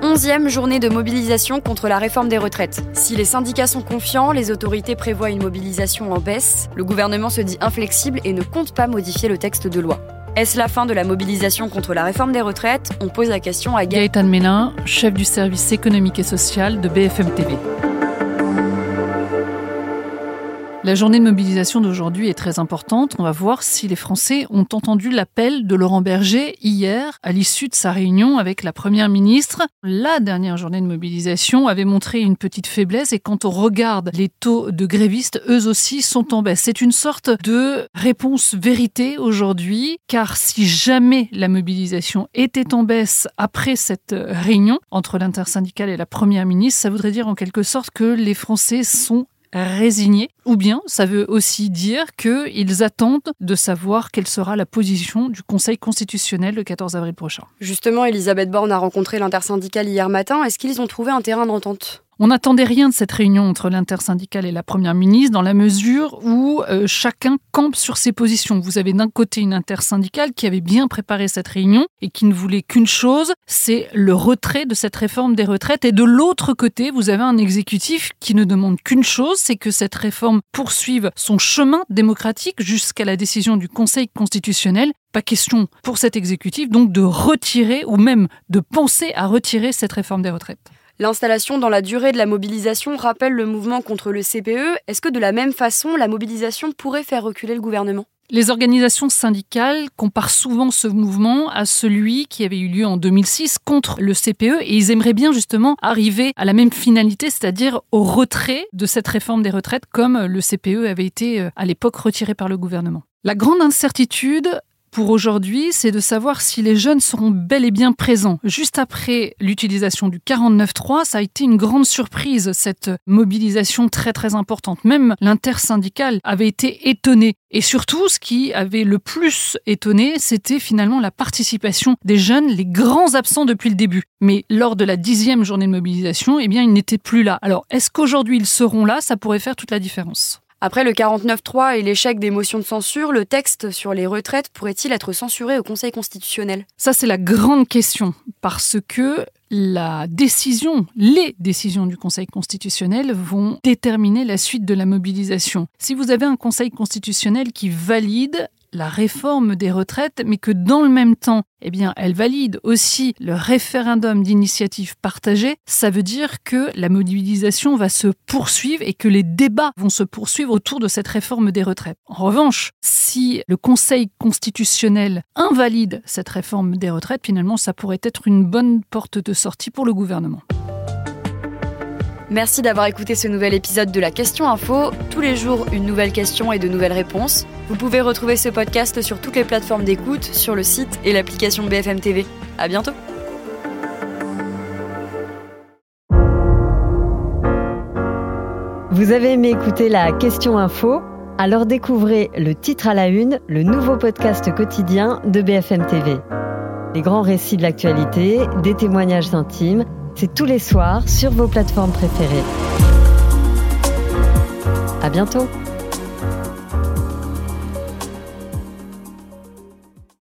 11e journée de mobilisation contre la réforme des retraites. Si les syndicats sont confiants, les autorités prévoient une mobilisation en baisse. Le gouvernement se dit inflexible et ne compte pas modifier le texte de loi. Est-ce la fin de la mobilisation contre la réforme des retraites ? On pose la question à Gaëtan Mélin, chef du service économique et social de BFM TV. La journée de mobilisation d'aujourd'hui est très importante. On va voir si les Français ont entendu l'appel de Laurent Berger hier à l'issue de sa réunion avec la Première ministre. La dernière journée de mobilisation avait montré une petite faiblesse et quand on regarde les taux de grévistes, eux aussi sont en baisse. C'est une sorte de réponse vérité aujourd'hui, car si jamais la mobilisation était en baisse après cette réunion entre l'intersyndicale et la Première ministre, ça voudrait dire en quelque sorte que les Français sont résignés, ou bien ça veut aussi dire qu'ils attendent de savoir quelle sera la position du Conseil constitutionnel le 14 avril prochain. Justement, Elisabeth Borne a rencontré l'intersyndicale hier matin. Est-ce qu'ils ont trouvé un terrain d'entente ? On n'attendait rien de cette réunion entre l'intersyndicale et la Première ministre dans la mesure où chacun campe sur ses positions. Vous avez d'un côté une intersyndicale qui avait bien préparé cette réunion et qui ne voulait qu'une chose, c'est le retrait de cette réforme des retraites. Et de l'autre côté, vous avez un exécutif qui ne demande qu'une chose, c'est que cette réforme poursuive son chemin démocratique jusqu'à la décision du Conseil constitutionnel. Pas question pour cet exécutif donc de retirer ou même de penser à retirer cette réforme des retraites. L'installation dans la durée de la mobilisation rappelle le mouvement contre le CPE. Est-ce que de la même façon, la mobilisation pourrait faire reculer le gouvernement ? Les organisations syndicales comparent souvent ce mouvement à celui qui avait eu lieu en 2006 contre le CPE et ils aimeraient bien justement arriver à la même finalité, c'est-à-dire au retrait de cette réforme des retraites comme le CPE avait été à l'époque retiré par le gouvernement. La grande incertitude pour aujourd'hui, c'est de savoir si les jeunes seront bel et bien présents. Juste après l'utilisation du 49.3, ça a été une grande surprise, cette mobilisation très très importante. Même l'intersyndicale avait été étonnée. Et surtout, ce qui avait le plus étonné, c'était finalement la participation des jeunes, les grands absents depuis le début. Mais lors de la 10e journée de mobilisation, eh bien, ils n'étaient plus là. Alors, est-ce qu'aujourd'hui ils seront là ? Ça pourrait faire toute la différence. Après le 49.3 et l'échec des motions de censure, le texte sur les retraites pourrait-il être censuré au Conseil constitutionnel ? Ça, c'est la grande question, parce que les décisions du Conseil constitutionnel vont déterminer la suite de la mobilisation. Si vous avez un Conseil constitutionnel qui valide la réforme des retraites, mais que dans le même temps, eh bien, elle valide aussi le référendum d'initiative partagée, ça veut dire que la mobilisation va se poursuivre et que les débats vont se poursuivre autour de cette réforme des retraites. En revanche, si le Conseil constitutionnel invalide cette réforme des retraites, finalement, ça pourrait être une bonne porte de sortie pour le gouvernement. Merci d'avoir écouté ce nouvel épisode de la Question Info. Tous les jours, une nouvelle question et de nouvelles réponses. Vous pouvez retrouver ce podcast sur toutes les plateformes d'écoute, sur le site et l'application BFM TV. À bientôt. Vous avez aimé écouter la Question Info ? Alors découvrez le titre à la une, le nouveau podcast quotidien de BFM TV. Les grands récits de l'actualité, des témoignages intimes, c'est tous les soirs sur vos plateformes préférées. À bientôt.